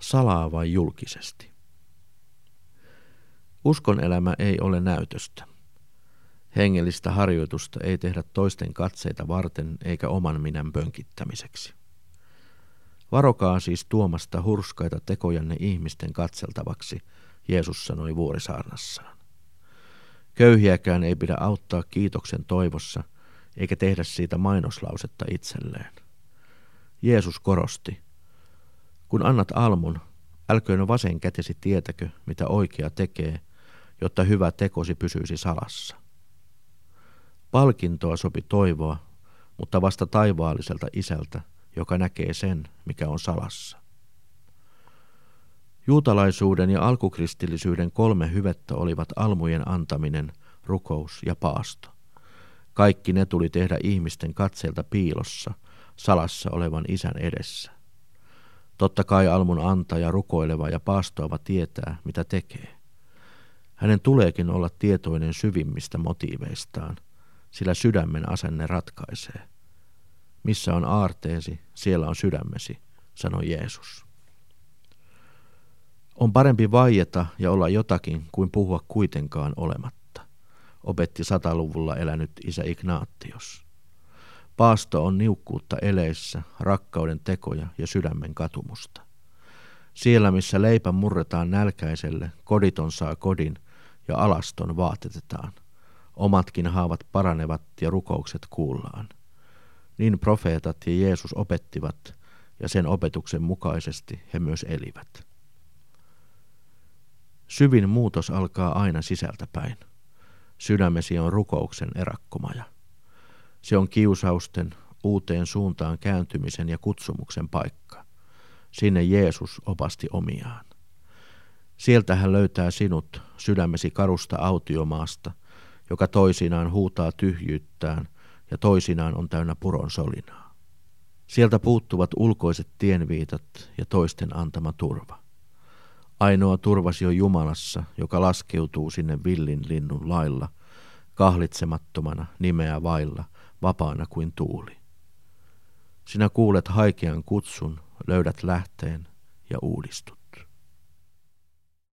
salaa vai julkisesti. Uskon elämä ei ole näytöstä. Hengellistä harjoitusta ei tehdä toisten katseita varten eikä oman minän pönkittämiseksi. Varokaa siis tuomasta hurskaita tekojanne ihmisten katseltavaksi, Jeesus sanoi vuorisaarnassaan. Köyhiäkään ei pidä auttaa kiitoksen toivossa, eikä tehdä siitä mainoslausetta itselleen. Jeesus korosti, kun annat almun, älköön vasen kätesi tietäkö, mitä oikea tekee, jotta hyvä tekosi pysyisi salassa. Palkintoa sopi toivoa, mutta vasta taivaalliselta Isältä, joka näkee sen, mikä on salassa. Juutalaisuuden ja alkukristillisyyden 3 hyvettä olivat almujen antaminen, rukous ja paasto. Kaikki ne tuli tehdä ihmisten katseelta piilossa, salassa olevan Isän edessä. Totta kai almun antaja, rukoileva ja paastoava tietää, mitä tekee. Hänen tuleekin olla tietoinen syvimmistä motiiveistaan, sillä sydämen asenne ratkaisee. Missä on aarteesi, siellä on sydämesi, sanoi Jeesus. On parempi vaieta ja olla jotakin kuin puhua kuitenkaan olematta, opetti 100-luvulla elänyt isä Ignatios. Paasto on niukkuutta eleissä, rakkauden tekoja ja sydämen katumusta. Siellä, missä leipä murretaan nälkäiselle, koditon saa kodin ja alaston vaatetetaan. Omatkin haavat paranevat ja rukoukset kuullaan. Niin profeetat ja Jeesus opettivat, ja sen opetuksen mukaisesti he myös elivät. Syvin muutos alkaa aina sisältäpäin. Sydämesi on rukouksen erakkomaja. Se on kiusausten, uuteen suuntaan kääntymisen ja kutsumuksen paikka. Sinne Jeesus opasti omiaan. Sieltä hän löytää sinut sydämesi karusta autiomaasta, joka toisinaan huutaa tyhjyyttään ja toisinaan on täynnä puron solinaa. Sieltä puuttuvat ulkoiset tienviitat ja toisten antama turva. Ainoa turvasi on Jumalassa, joka laskeutuu sinne villin linnun lailla, kahlitsemattomana, nimeä vailla, vapaana kuin tuuli. Sinä kuulet haikean kutsun, löydät lähteen ja uudistut.